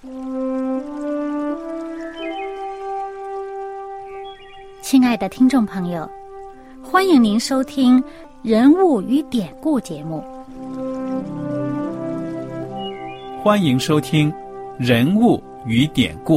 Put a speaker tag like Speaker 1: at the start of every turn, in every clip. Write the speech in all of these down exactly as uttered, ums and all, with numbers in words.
Speaker 1: 亲爱的听众朋友，欢迎您收听《人物与典故》节目。
Speaker 2: 欢迎收听《人物与典故》。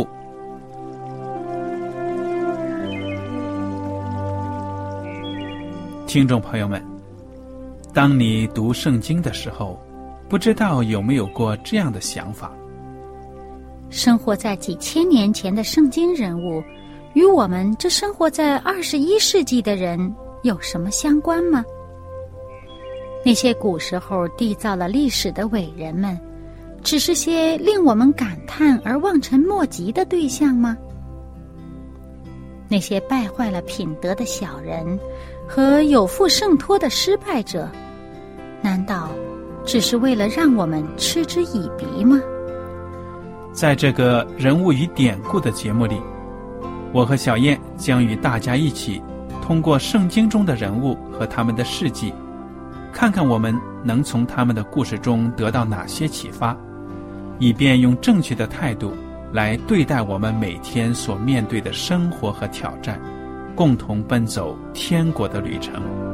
Speaker 2: 听众朋友们，当你读圣经的时候，不知道有没有过这样的想法：
Speaker 1: 生活在几千年前的圣经人物，与我们这生活在二十一世纪的人有什么相关吗？那些古时候缔造了历史的伟人们，只是些令我们感叹而望尘莫及的对象吗？那些败坏了品德的小人和有负圣托的失败者，难道只是为了让我们嗤之以鼻吗？
Speaker 2: 在这个人物与典故的节目里，我和小燕将与大家一起通过圣经中的人物和他们的事迹，看看我们能从他们的故事中得到哪些启发，以便用正确的态度来对待我们每天所面对的生活和挑战，共同奔走天国的旅程。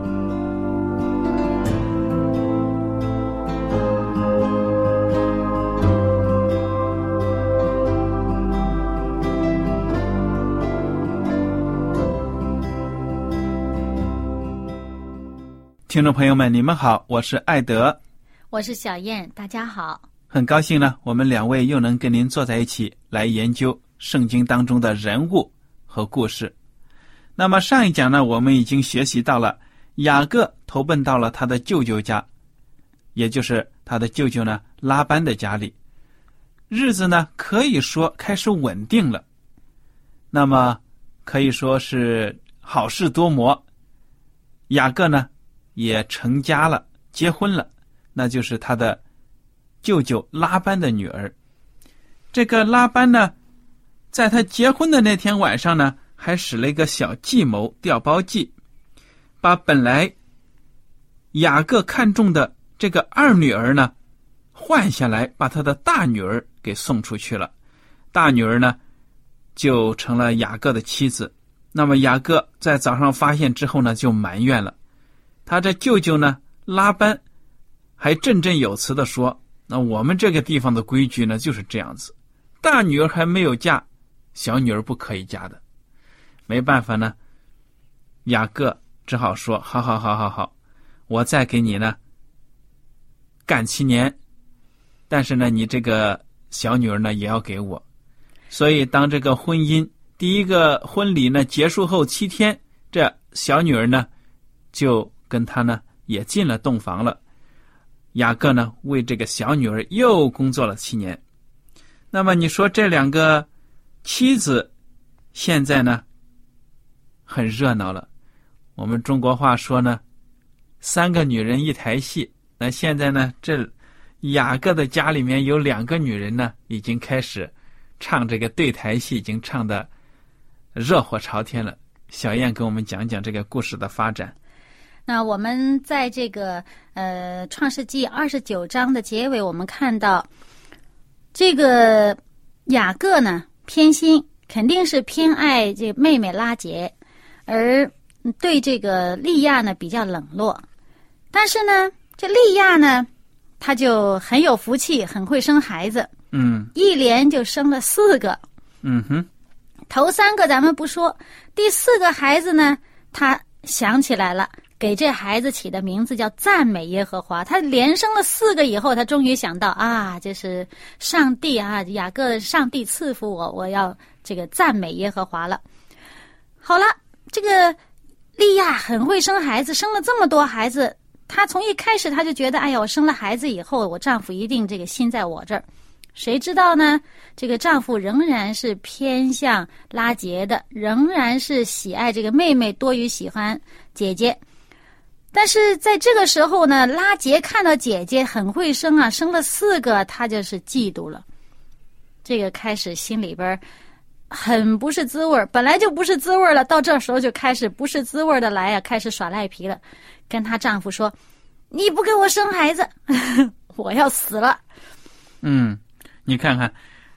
Speaker 2: 听众朋友们，你们好，我是艾德，
Speaker 1: 我是小燕，大家好。
Speaker 2: 很高兴呢，我们两位又能跟您坐在一起来研究圣经当中的人物和故事。那么上一讲呢，我们已经学习到了雅各投奔到了他的舅舅家，也就是他的舅舅呢拉班的家里，日子呢可以说开始稳定了，那么可以说是好事多磨。雅各呢也成家了，结婚了，那就是他的舅舅拉班的女儿。这个拉班呢，在他结婚的那天晚上呢，还使了一个小计谋，调包计，把本来雅各看中的这个二女儿呢换下来，把他的大女儿给送出去了。大女儿呢就成了雅各的妻子。那么雅各在早上发现之后呢，就埋怨了他这舅舅呢拉班，还振振有词地说，那我们这个地方的规矩呢就是这样子，大女儿还没有嫁，小女儿不可以嫁的。没办法呢，雅各只好说，好好好好好，我再给你呢干七年，但是呢你这个小女儿呢也要给我。所以当这个婚姻第一个婚礼呢结束后七天，这小女儿呢就跟他呢也进了洞房了。雅各呢为这个小女儿又工作了七年。那么你说这两个妻子现在呢很热闹了，我们中国话说呢，三个女人一台戏。那现在呢，这雅各的家里面有两个女人呢已经开始唱这个对台戏，已经唱得热火朝天了。小燕跟我们讲讲这个故事的发展。
Speaker 1: 那我们在这个呃创世纪二十九章的结尾，我们看到这个雅各呢偏心，肯定是偏爱这妹妹拉结，而对这个利亚呢比较冷落。但是呢这利亚呢她就很有福气，很会生孩子，
Speaker 2: 嗯，
Speaker 1: 一连就生了四个。
Speaker 2: 嗯哼，
Speaker 1: 头三个咱们不说，第四个孩子呢他想起来了，给这孩子起的名字叫赞美耶和华。他连生了四个以后，他终于想到啊，这是上帝啊，雅各上帝赐福我，我要这个赞美耶和华了。好了，这个利亚很会生孩子，生了这么多孩子，他从一开始他就觉得，哎呀，我生了孩子以后，我丈夫一定这个心在我这儿。谁知道呢，这个丈夫仍然是偏向拉结的，仍然是喜爱这个妹妹多于喜欢姐姐。但是在这个时候呢，拉结看到姐姐很会生啊，生了四个，他就是嫉妒了。这个开始心里边很不是滋味，本来就不是滋味了，到这时候就开始不是滋味的来啊，开始耍赖皮了，跟她丈夫说，你不给我生孩子我要死了。
Speaker 2: 嗯，你看看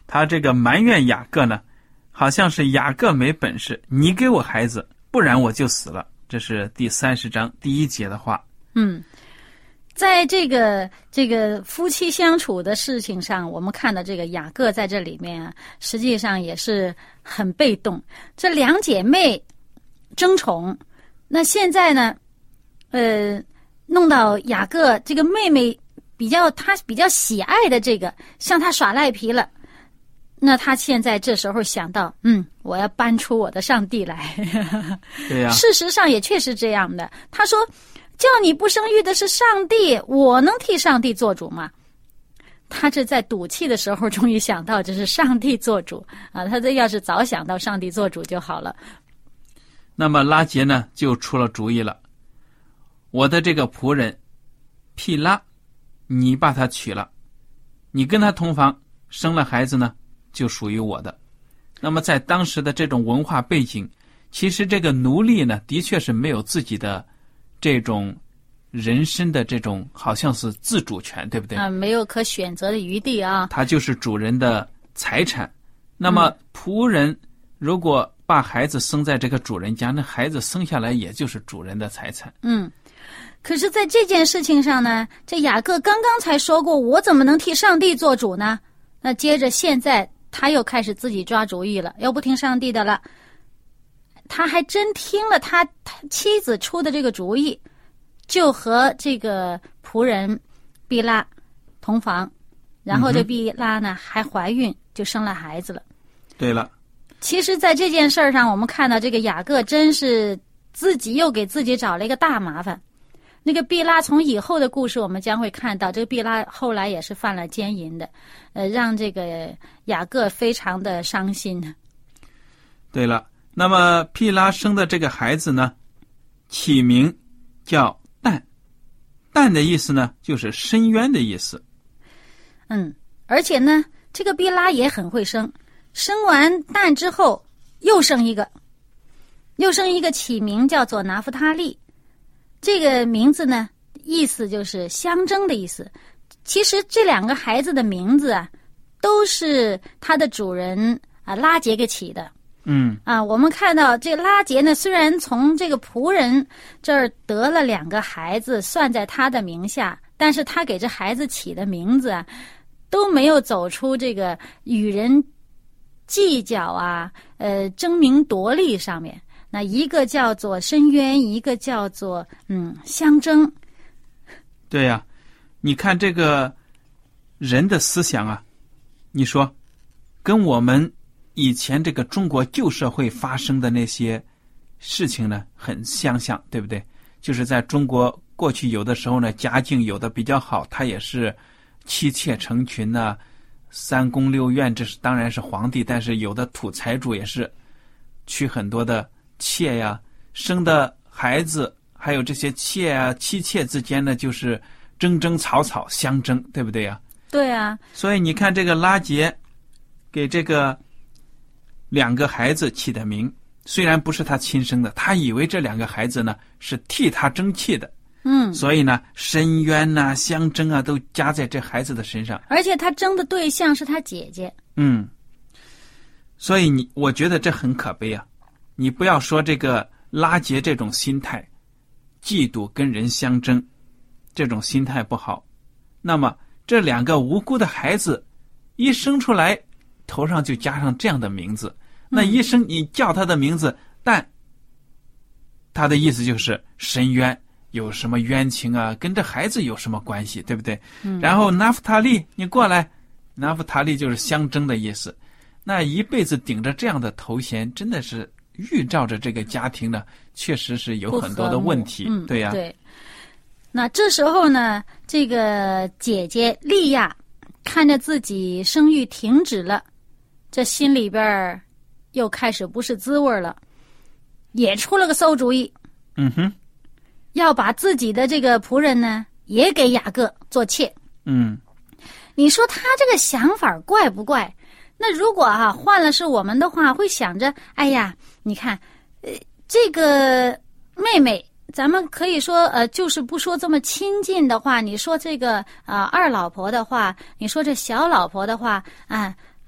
Speaker 2: 他这个埋怨雅各呢，好像是雅各没本事，你给我孩子，不然我就死了。这是第三十章第一节的话。
Speaker 1: 嗯，在这个这个夫妻相处的事情上，我们看到这个雅各在这里面啊，实际上也是很被动。这两姐妹争宠，那现在呢，呃，弄到雅各这个妹妹比较他比较喜爱的这个向他耍赖皮了。那他现在这时候想到，嗯，我要搬出我的上帝来。
Speaker 2: 对呀、啊，
Speaker 1: 事实上也确实这样的。他说，叫你不生育的是上帝，我能替上帝做主吗？他这在赌气的时候终于想到这是上帝做主啊！他这要是早想到上帝做主就好了。
Speaker 2: 那么拉结呢就出了主意了，我的这个仆人毗拉，你把他娶了，你跟他同房生了孩子呢，就属于我的。那么在当时的这种文化背景，其实这个奴隶呢的确是没有自己的这种人身的这种好像是自主权，对不对？
Speaker 1: 啊，没有可选择的余地啊。
Speaker 2: 他就是主人的财产。那么仆人如果把孩子生在这个主人家，那孩子生下来也就是主人的财产。
Speaker 1: 嗯，可是在这件事情上呢，这雅各刚刚才说过，我怎么能替上帝做主呢？那接着现在他又开始自己抓主意了，又不听上帝的了。他还真听了他妻子出的这个主意，就和这个仆人毕拉同房，然后这毕拉呢、嗯、还怀孕，就生了孩子了。
Speaker 2: 对了，
Speaker 1: 其实在这件事上我们看到这个雅各真是自己又给自己找了一个大麻烦。那个毕拉从以后的故事我们将会看到，这个毕拉后来也是犯了奸淫的，呃，让这个雅各非常的伤心。
Speaker 2: 对了，那么毕拉生的这个孩子呢，起名叫但，但的意思呢就是深渊的意思。
Speaker 1: 嗯，而且呢这个毕拉也很会生，生完但之后又生一个，又生一个起名叫做拿弗他利。这个名字呢意思就是相争的意思。其实这两个孩子的名字啊都是他的主人啊拉结给起的。
Speaker 2: 嗯
Speaker 1: 啊，我们看到这拉结呢，虽然从这个仆人这儿得了两个孩子算在他的名下，但是他给这孩子起的名字啊都没有走出这个与人计较啊呃争名夺利上面。那一个叫做深渊，一个叫做嗯相争。
Speaker 2: 对呀、啊，你看这个人的思想啊，你说跟我们以前这个中国旧社会发生的那些事情呢很相像，对不对？就是在中国过去有的时候呢，家境有的比较好，他也是妻妾成群呐、啊，三宫六院，这是当然是皇帝，但是有的土财主也是娶很多的妾呀，生的孩子还有这些妾啊妻妾之间呢就是争争吵吵相争，对不对呀？
Speaker 1: 对啊，
Speaker 2: 所以你看这个拉结给这个两个孩子起的名，虽然不是他亲生的，他以为这两个孩子呢是替他争气的。
Speaker 1: 嗯，
Speaker 2: 所以呢深渊呐、啊、相争啊都加在这孩子的身上，
Speaker 1: 而且他争的对象是他姐姐。
Speaker 2: 嗯，所以你我觉得这很可悲啊。你不要说这个拉结这种心态，嫉妒跟人相争这种心态不好，那么这两个无辜的孩子一生出来头上就加上这样的名字，那一生你叫他的名字、嗯、但他的意思就是深渊，有什么冤情啊，跟这孩子有什么关系，对不对、嗯、然后拿弗他利你过来，拿弗他利就是相争的意思。那一辈子顶着这样的头衔，真的是预兆着这个家庭呢确实是有很多的问题。
Speaker 1: 嗯，
Speaker 2: 对呀、啊。
Speaker 1: 对。那这时候呢，这个姐姐利亚看着自己生育停止了，这心里边又开始不是滋味了，也出了个馊主意。
Speaker 2: 嗯哼，
Speaker 1: 要把自己的这个仆人呢也给雅各做妾。
Speaker 2: 嗯，
Speaker 1: 你说他这个想法怪不怪？那如果啊换了是我们的话，会想着，哎呀，你看，呃，这个妹妹，咱们可以说，呃，就是不说这么亲近的话，你说这个啊、呃、二老婆的话，你说这小老婆的话啊，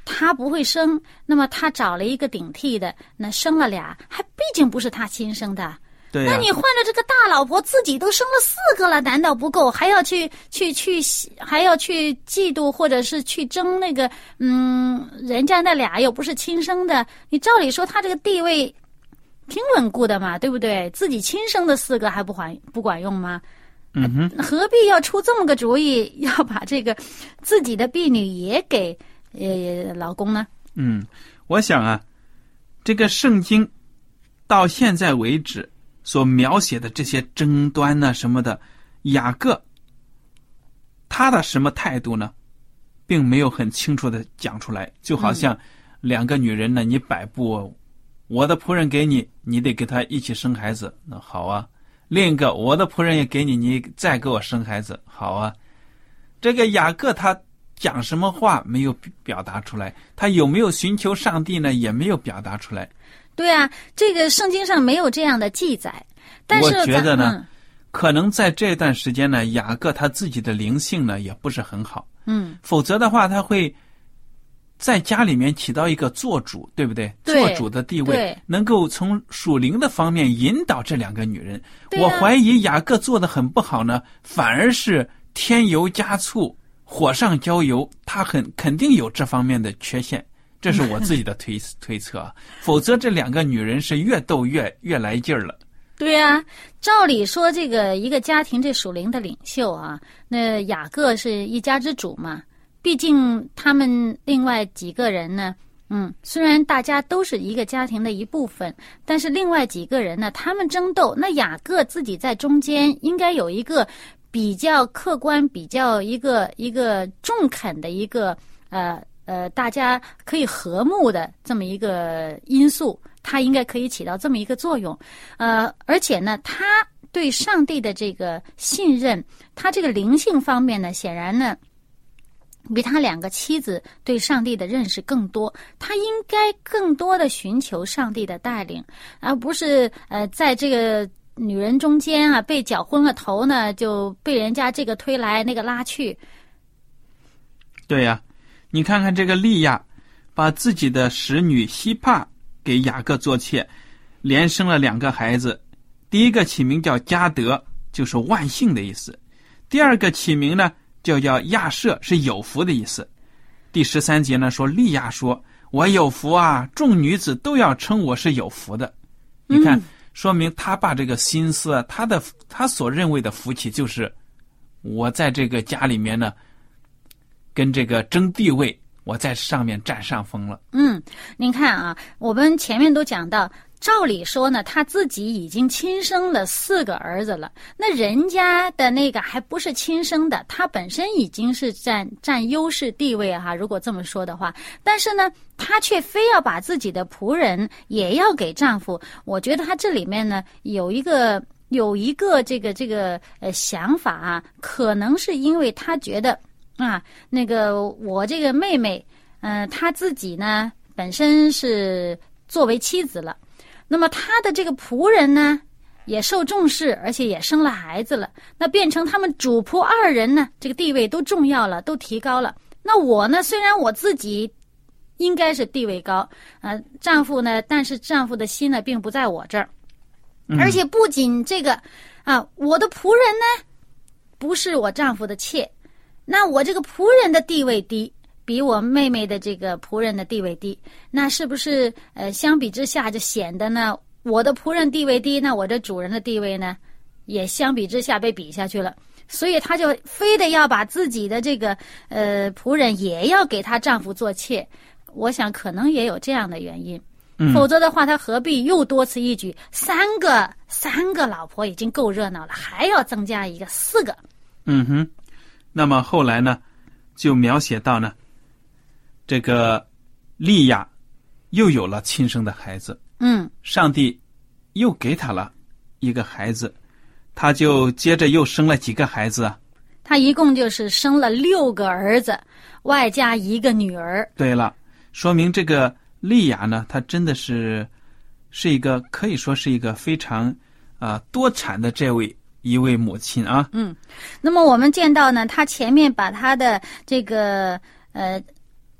Speaker 1: 他不会生，那么他找了一个顶替的，那生了俩，还毕竟不是他亲生的。
Speaker 2: 对呀、
Speaker 1: 那你换了这个大老婆，自己都生了四个了，难道不够？还要去去去，还要去嫉妒，或者是去争那个，嗯，人家那俩又不是亲生的，你照理说他这个地位挺稳固的嘛，对不对？自己亲生的四个还不管不管用吗？
Speaker 2: 嗯哼，
Speaker 1: 何必要出这么个主意，要把这个自己的婢女也给呃老公呢？
Speaker 2: 嗯，我想啊，这个圣经到现在为止所描写的这些争端呢、啊、什么的，雅各他的什么态度呢，并没有很清楚的讲出来，就好像两个女人呢，你摆布，我的仆人给你，你得给他一起生孩子，那好啊。另一个，我的仆人也给你，你再给我生孩子，好啊。这个雅各他讲什么话没有表达出来，他有没有寻求上帝呢，也没有表达出来。
Speaker 1: 对啊，这个圣经上没有这样的记载。但是
Speaker 2: 我觉得呢、
Speaker 1: 嗯、
Speaker 2: 可能在这段时间呢，雅各他自己的灵性呢也不是很好，
Speaker 1: 嗯，
Speaker 2: 否则的话他会在家里面起到一个做主，对不对？
Speaker 1: 对，
Speaker 2: 做主的地位，能够从属灵的方面引导这两个女人。
Speaker 1: 啊、
Speaker 2: 我怀疑雅各做得很不好呢，反而是添油加醋，火上浇油，他很肯定有这方面的缺陷。这是我自己的推推测啊，否则这两个女人是越斗越越来劲儿了。
Speaker 1: 对啊，照理说这个一个家庭这属灵的领袖啊，那雅各是一家之主嘛，毕竟他们另外几个人呢，嗯，虽然大家都是一个家庭的一部分，但是另外几个人呢，他们争斗，那雅各自己在中间应该有一个比较客观、比较一个一个中肯的一个呃。呃，大家可以和睦的这么一个因素，它应该可以起到这么一个作用。呃，而且呢，他对上帝的这个信任，他这个灵性方面呢，显然呢，比他两个妻子对上帝的认识更多。他应该更多的寻求上帝的带领，而不是呃，在这个女人中间啊，被搅昏了头呢，就被人家这个推来那个拉去。
Speaker 2: 对呀、啊。你看看这个利亚，把自己的使女希帕给雅各做妾，连生了两个孩子。第一个起名叫加德，就是万幸的意思；第二个起名呢，就叫亚舍，是有福的意思。第十三节呢说，利亚说：“我有福啊，众女子都要称我是有福的。”你看，
Speaker 1: 嗯、
Speaker 2: 说明他把这个心思，他的他所认为的福气，就是我在这个家里面呢。跟这个争地位，我在上面占上风了。
Speaker 1: 嗯，您看啊，我们前面都讲到，照理说呢，他自己已经亲生了四个儿子了，那人家的那个还不是亲生的，他本身已经是占占优势地位哈、啊。如果这么说的话，但是呢，他却非要把自己的仆人也要给丈夫，我觉得他这里面呢有一个有一个这个这个呃想法啊，可能是因为他觉得。啊，那个我这个妹妹，嗯、呃，她自己呢本身是作为妻子了，那么她的这个仆人呢也受重视，而且也生了孩子了，那变成他们主仆二人呢，这个地位都重要了，都提高了。那我呢，虽然我自己应该是地位高，呃，丈夫呢，但是丈夫的心呢并不在我这儿，而且不仅这个啊，我的仆人呢不是我丈夫的妾。那我这个仆人的地位低，比我妹妹的这个仆人的地位低，那是不是呃相比之下就显得呢，我的仆人地位低，那我这主人的地位呢，也相比之下被比下去了。所以她就非得要把自己的这个呃仆人也要给她丈夫做妾，我想可能也有这样的原因。
Speaker 2: 嗯、
Speaker 1: 否则的话，她何必又多此一举？三个三个老婆已经够热闹了，还要增加一个四个。
Speaker 2: 嗯哼。那么后来呢，就描写到呢，这个利亚又有了亲生的孩子，
Speaker 1: 嗯，
Speaker 2: 上帝又给他了一个孩子，他就接着又生了几个孩子啊？
Speaker 1: 他一共就是生了六个儿子，外加一个女儿。
Speaker 2: 对了，说明这个利亚呢，她真的是是一个可以说是一个非常啊、呃、多产的这位。一位母亲啊，
Speaker 1: 嗯，那么我们见到呢，他前面把他的这个呃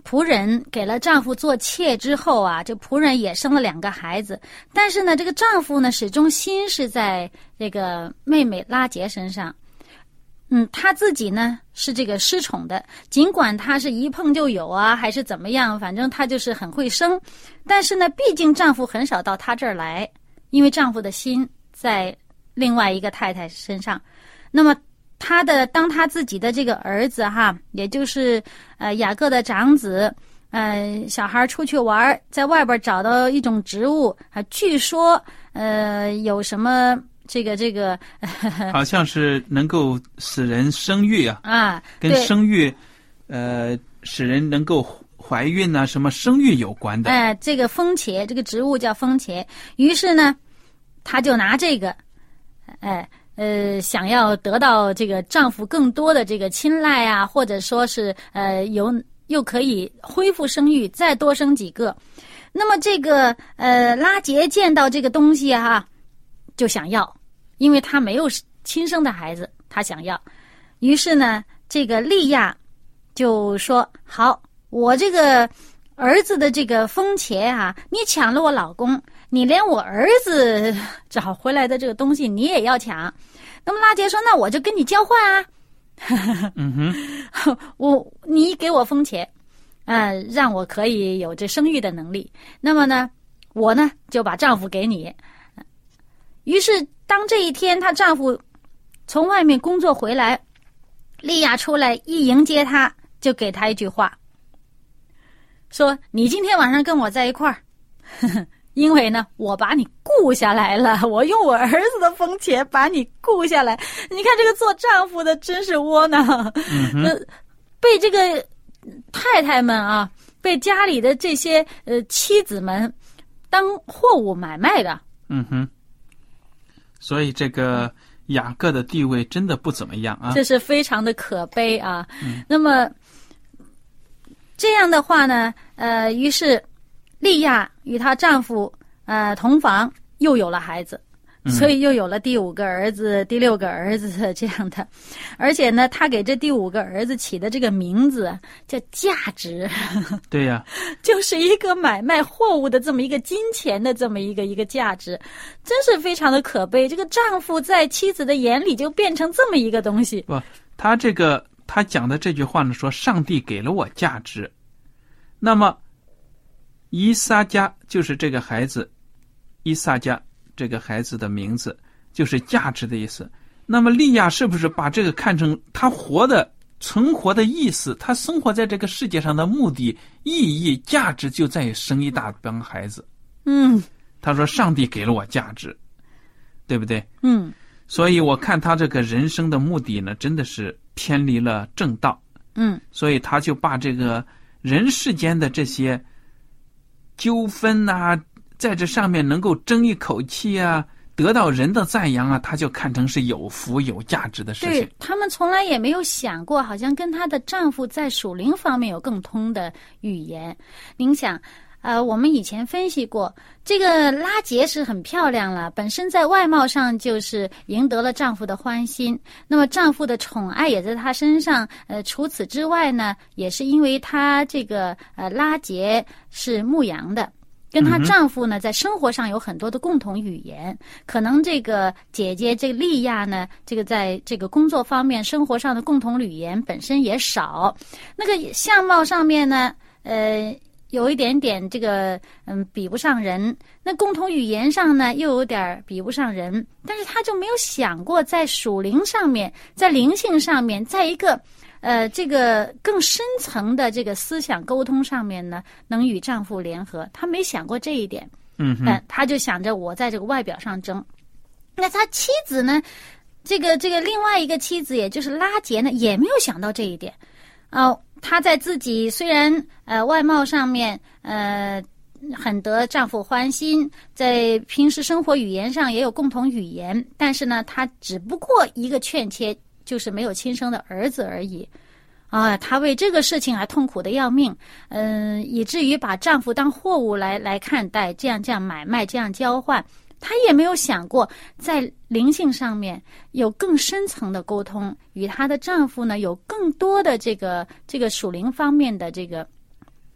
Speaker 1: 仆人给了丈夫做妾之后啊，这仆人也生了两个孩子，但是呢，这个丈夫呢始终心是在这个妹妹拉结身上。嗯，他自己呢是这个失宠的，尽管他是一碰就有啊，还是怎么样，反正他就是很会生。但是呢，毕竟丈夫很少到他这儿来，因为丈夫的心在另外一个太太身上。那么他的当他自己的这个儿子哈，也就是呃雅各的长子，呃小孩出去玩，在外边找到一种植物啊，据说呃有什么。这个这个
Speaker 2: 好像是能够使人生育啊，
Speaker 1: 啊，
Speaker 2: 跟生育，呃，使人能够怀孕啊，什么生育有关的。
Speaker 1: 哎，这个风茄，这个植物叫风茄。于是呢，他就拿这个，哎，呃，想要得到这个丈夫更多的这个青睐啊，或者说是呃，有又可以恢复生育，再多生几个。那么这个呃，拉结见到这个东西哈、啊，就想要。因为他没有亲生的孩子，他想要，于是呢，这个利亚就说：“好，我这个儿子的这个风茄啊，你抢了我老公，你连我儿子找回来的这个东西你也要抢。”那么拉结说：“那我就跟你交换啊，
Speaker 2: 嗯哼，
Speaker 1: 我你给我风茄，呃，让我可以有这生育的能力。那么呢，我呢就把丈夫给你。”于是，当这一天她丈夫从外面工作回来，利亚出来一迎接他，就给他一句话，说：“你今天晚上跟我在一块儿，因为呢，我把你雇下来了，我用我儿子的风茄把你雇下来。你看这个做丈夫的真是窝囊，
Speaker 2: 嗯
Speaker 1: 呃，被这个太太们啊，被家里的这些呃妻子们当货物买卖的。”
Speaker 2: 嗯哼。所以这个雅各的地位真的不怎么样啊，
Speaker 1: 这是非常的可悲啊。
Speaker 2: 嗯、
Speaker 1: 那么这样的话呢，呃，于是利亚与她丈夫呃同房，又有了孩子，所以又有了第五个儿子、第六个儿子这样的。而且呢，他给这第五个儿子起的这个名字叫价值。
Speaker 2: 对呀、啊，
Speaker 1: 就是一个买卖货物的这么一个金钱的这么一个一个价值，真是非常的可悲。这个丈夫在妻子的眼里就变成这么一个东西。
Speaker 2: 不，他这个他讲的这句话呢，说上帝给了我价值。那么以撒迦就是这个孩子，以撒迦这个孩子的名字就是价值的意思。那么利亚是不是把这个看成他活的存活的意思，他生活在这个世界上的目的、意义、价值就在于生一大帮孩子。
Speaker 1: 嗯，
Speaker 2: 他说上帝给了我价值，对不对？
Speaker 1: 嗯，
Speaker 2: 所以我看他这个人生的目的呢，真的是偏离了正道。
Speaker 1: 嗯，
Speaker 2: 所以他就把这个人世间的这些纠纷啊，在这上面能够争一口气啊，得到人的赞扬啊，他就看成是有福有价值的事情。
Speaker 1: 对，他们从来也没有想过，好像跟她的丈夫在属灵方面有更通的语言。您想，呃，我们以前分析过，这个拉结是很漂亮了，本身在外貌上就是赢得了丈夫的欢心，那么丈夫的宠爱也在她身上。呃，除此之外呢，也是因为她这个呃拉结是牧羊的。跟她丈夫呢，在生活上有很多的共同语言。可能这个姐姐这个利亚呢，这个在这个工作方面、生活上的共同语言本身也少。那个相貌上面呢，呃，有一点点这个嗯比不上人。那共同语言上呢，又有点比不上人。但是她就没有想过，在属灵上面，在灵性上面，在一个。呃，这个更深层的这个思想沟通上面呢，能与丈夫联合，她没想过这一点。
Speaker 2: 嗯哼，
Speaker 1: 呃、她就想着我在这个外表上争。那她妻子呢，这个这个另外一个妻子，也就是拉结呢，也没有想到这一点。哦，她在自己虽然呃外貌上面呃很得丈夫欢心，在平时生活语言上也有共同语言，但是呢，她只不过一个欠缺。就是没有亲生的儿子而已，啊，她为这个事情还痛苦的要命，嗯，以至于把丈夫当货物来来看待，这样这样买卖，这样交换。她也没有想过在灵性上面有更深层的沟通，与她的丈夫呢有更多的这个这个属灵方面的这个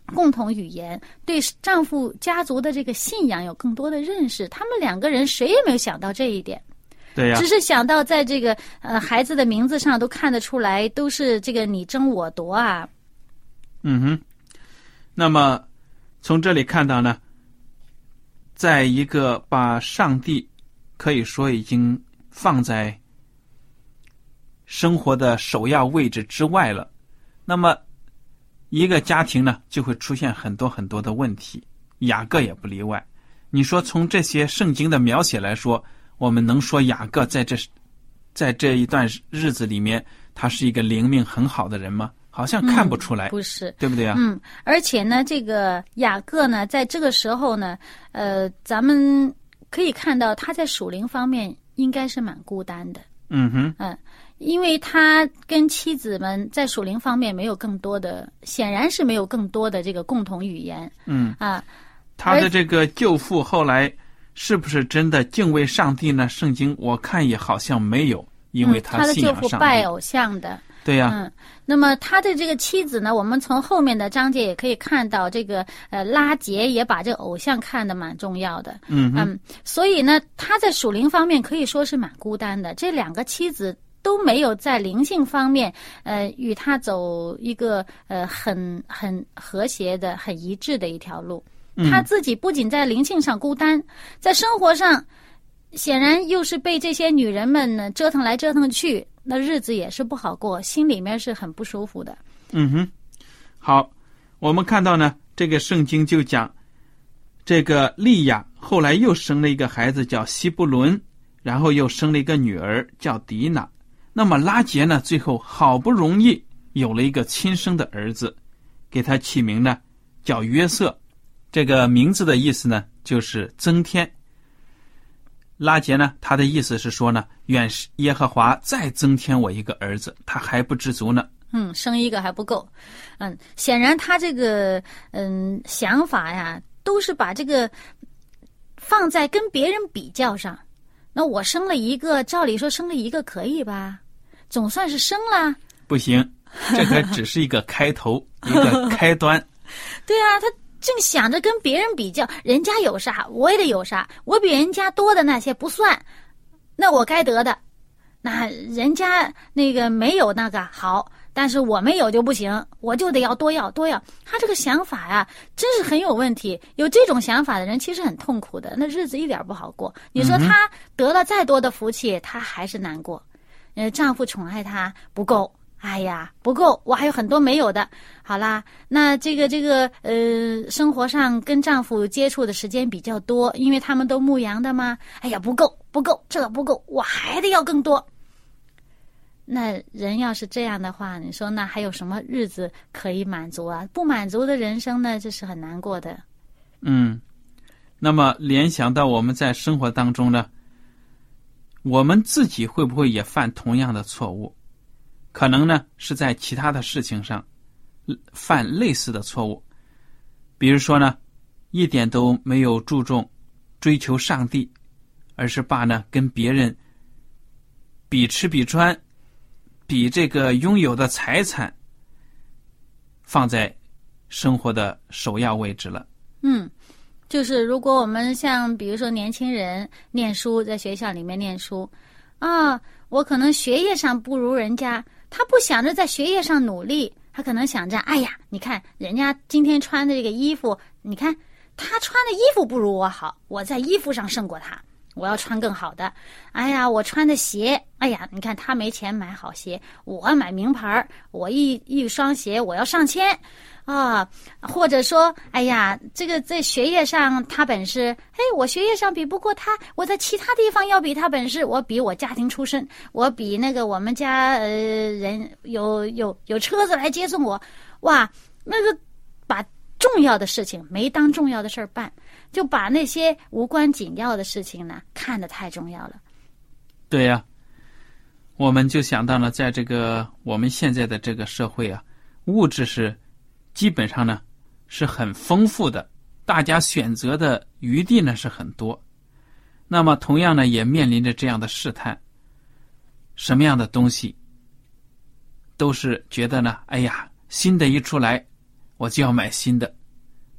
Speaker 1: 共同语言，对丈夫家族的这个信仰有更多的认识。他们两个人谁也没有想到这一点。
Speaker 2: 对呀，
Speaker 1: 只是想到在这个呃孩子的名字上都看得出来，都是这个你争我夺啊。
Speaker 2: 嗯哼。那么从这里看到呢，在一个把上帝可以说已经放在生活的首要位置之外了，那么一个家庭呢就会出现很多很多的问题，雅各也不例外。你说从这些圣经的描写来说，我们能说雅各在这在这一段日子里面他是一个灵命很好的人吗？好像看不出来。
Speaker 1: 嗯、不是，
Speaker 2: 对不对啊？
Speaker 1: 嗯，而且呢，这个雅各呢，在这个时候呢，呃，咱们可以看到他在属灵方面应该是蛮孤单的。
Speaker 2: 嗯哼，
Speaker 1: 嗯，因为他跟妻子们在属灵方面没有更多的，显然是没有更多的这个共同语言。
Speaker 2: 嗯
Speaker 1: 啊，
Speaker 2: 他的这个舅父后来是不是真的敬畏上帝呢？圣经我看也好像没有，因为
Speaker 1: 他
Speaker 2: 信仰上帝。
Speaker 1: 嗯、他的舅父拜偶像的。
Speaker 2: 对呀、
Speaker 1: 啊，嗯，那么他的这个妻子呢，我们从后面的章节也可以看到，这个呃拉结也把这个偶像看得蛮重要的。
Speaker 2: 嗯
Speaker 1: 嗯，所以呢，他在属灵方面可以说是蛮孤单的。这两个妻子都没有在灵性方面，呃，与他走一个呃很很和谐的、很一致的一条路。
Speaker 2: 嗯、
Speaker 1: 他自己不仅在灵性上孤单，在生活上，显然又是被这些女人们呢折腾来折腾去。那日子也是不好过，心里面是很不舒服的。
Speaker 2: 嗯哼，好，我们看到呢，这个圣经就讲，这个利亚后来又生了一个孩子叫希布伦，然后又生了一个女儿叫迪娜。那么拉结呢，最后好不容易有了一个亲生的儿子，给他起名呢叫约瑟。这个名字的意思呢，就是增添。拉结呢，他的意思是说呢，愿耶和华再增添我一个儿子，他还不知足呢。
Speaker 1: 嗯，生一个还不够。嗯，显然他这个嗯想法呀，都是把这个放在跟别人比较上。那我生了一个，照理说生了一个可以吧？总算是生了。
Speaker 2: 不行，这个只是一个开头，一个开端。
Speaker 1: 对啊，他正想着跟别人比较，人家有啥我也得有啥，我比人家多的那些不算，那我该得的，那人家那个没有那个好，但是我没有就不行，我就得要多要多要。他这个想法呀，真是很有问题。有这种想法的人其实很痛苦的，那日子一点不好过。你说他得了再多的福气，他还是难过。呃，丈夫宠爱他不够。哎呀，不够，我还有很多没有的。好啦，那这个这个呃，生活上跟丈夫接触的时间比较多，因为他们都牧羊的嘛。哎呀，不够，不够，这不够，我还得要更多。那人要是这样的话，你说那还有什么日子可以满足啊？不满足的人生呢，这是很难过的。
Speaker 2: 嗯，那么联想到我们在生活当中呢，我们自己会不会也犯同样的错误？可能呢是在其他的事情上犯类似的错误，比如说呢，一点都没有注重追求上帝，而是把呢跟别人比吃比穿，比这个拥有的财产放在生活的首要位置了。
Speaker 1: 嗯，就是如果我们像比如说年轻人念书，在学校里面念书啊，我可能学业上不如人家，他不想着在学业上努力，他可能想着，哎呀，你看人家今天穿的这个衣服，你看他穿的衣服不如我好，我在衣服上胜过他，我要穿更好的。哎呀，我穿的鞋，哎呀，你看他没钱买好鞋，我买名牌，我一一双鞋我要上千啊。或者说，哎呀，这个在学业上他本事，哎，我学业上比不过他，我在其他地方要比他本事，我比我家庭出身，我比那个我们家呃人有有有车子来接送我，哇，那个把重要的事情没当重要的事儿办，就把那些无关紧要的事情呢看得太重要了。
Speaker 2: 对呀、啊，我们就想到了，在这个我们现在的这个社会啊，物质是基本上呢是很丰富的，大家选择的余地呢是很多。那么同样呢，也面临着这样的试探，什么样的东西都是觉得呢，哎呀，新的一出来我就要买新的，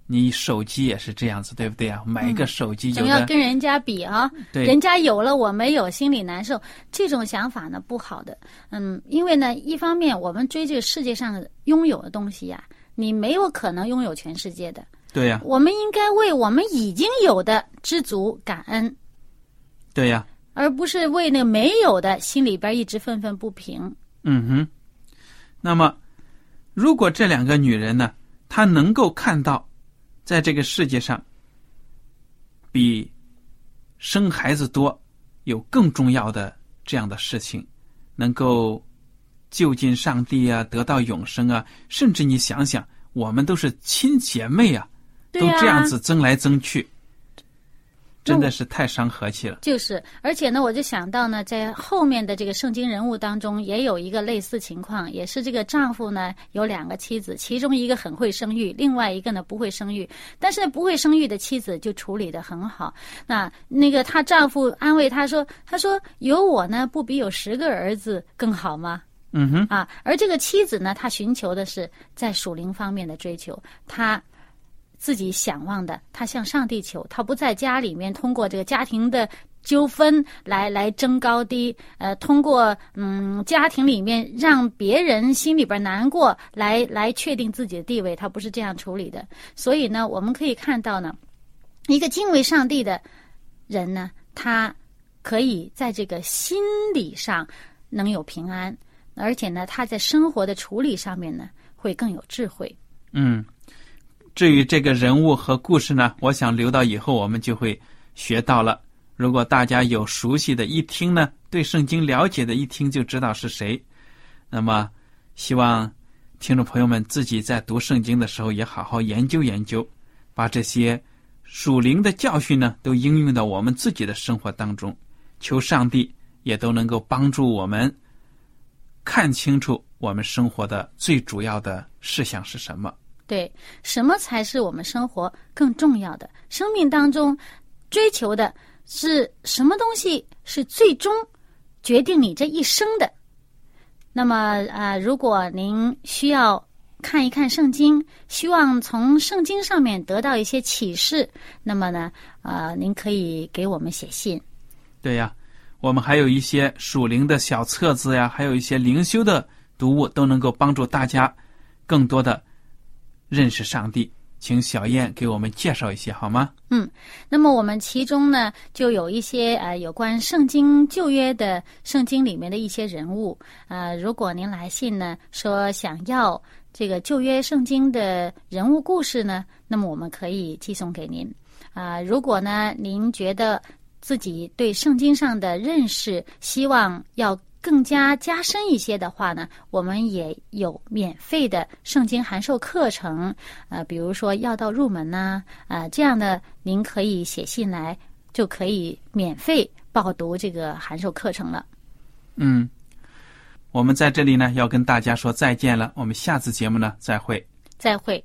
Speaker 2: 你手机也是这样子，对不对啊？买一个手机，
Speaker 1: 总要跟人家比啊，
Speaker 2: 对，
Speaker 1: 人家有了我没有，心里难受。这种想法呢不好的，嗯，因为呢，一方面我们追这个世界上拥有的东西呀、啊，你没有可能拥有全世界的，
Speaker 2: 对呀、啊，
Speaker 1: 我们应该为我们已经有的知足感恩，
Speaker 2: 对呀、啊，
Speaker 1: 而不是为那个没有的心里边一直愤愤不平。
Speaker 2: 嗯哼，那么如果这两个女人呢，她能够看到。在这个世界上，比生孩子多有更重要的这样的事情，能够就近上帝啊，得到永生啊，甚至你想想，我们都是亲姐妹啊，都这样子争来争去，真的是太伤和气了。
Speaker 1: 就是，而且呢，我就想到呢，在后面的这个圣经人物当中，也有一个类似情况，也是这个丈夫呢有两个妻子，其中一个很会生育，另外一个呢不会生育，但是不会生育的妻子就处理得很好。那那个她丈夫安慰她说：“他说有我呢，不比有十个儿子更好吗？”
Speaker 2: 嗯哼，
Speaker 1: 啊，而这个妻子呢，她寻求的是在属灵方面的追求，她。自己想望的，他向上帝求，他不在家里面通过这个家庭的纠纷来来争高低，呃，通过嗯家庭里面让别人心里边难过来来确定自己的地位，他不是这样处理的。所以呢，我们可以看到呢，一个敬畏上帝的人呢，他可以在这个心理上能有平安，而且呢，他在生活的处理上面呢，会更有智慧。
Speaker 2: 嗯。至于这个人物和故事呢，我想留到以后我们就会学到了。如果大家有熟悉的，一听呢，对圣经了解的，一听就知道是谁。那么，希望听众朋友们自己在读圣经的时候也好好研究研究，把这些属灵的教训呢，都应用到我们自己的生活当中。求上帝也都能够帮助我们看清楚我们生活的最主要的事项是什么。
Speaker 1: 对，什么才是我们生活更重要的？生命当中追求的是什么东西是最终决定你这一生的？那么啊、呃，如果您需要看一看圣经，希望从圣经上面得到一些启示，那么呢，呃，您可以给我们写信。
Speaker 2: 对呀，我们还有一些属灵的小册子呀，还有一些灵修的读物，都能够帮助大家更多的认识上帝。请小燕给我们介绍一些好吗？
Speaker 1: 嗯，那么我们其中呢，就有一些呃有关圣经旧约的圣经里面的一些人物。呃，如果您来信呢，说想要这个旧约圣经的人物故事呢，那么我们可以寄送给您。啊、呃，如果呢您觉得自己对圣经上的认识希望要更加加深一些的话呢，我们也有免费的圣经函授课程，呃，比如说要道入门呐、啊，呃，这样的您可以写信来，就可以免费报读这个函授课程了。
Speaker 2: 嗯，我们在这里呢要跟大家说再见了，我们下次节目呢再会。
Speaker 1: 再会。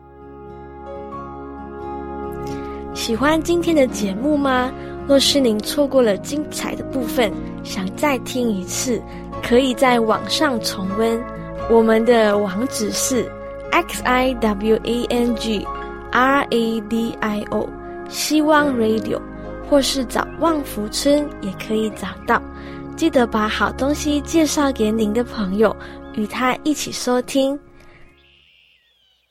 Speaker 3: 喜欢今天的节目吗？若是您错过了精彩的部分，想再听一次，可以在网上重温。我们的网址是 x i w a n g r a d i o 希望 radio， 或是找旺福村也可以找到。记得把好东西介绍给您的朋友，与他一起收听。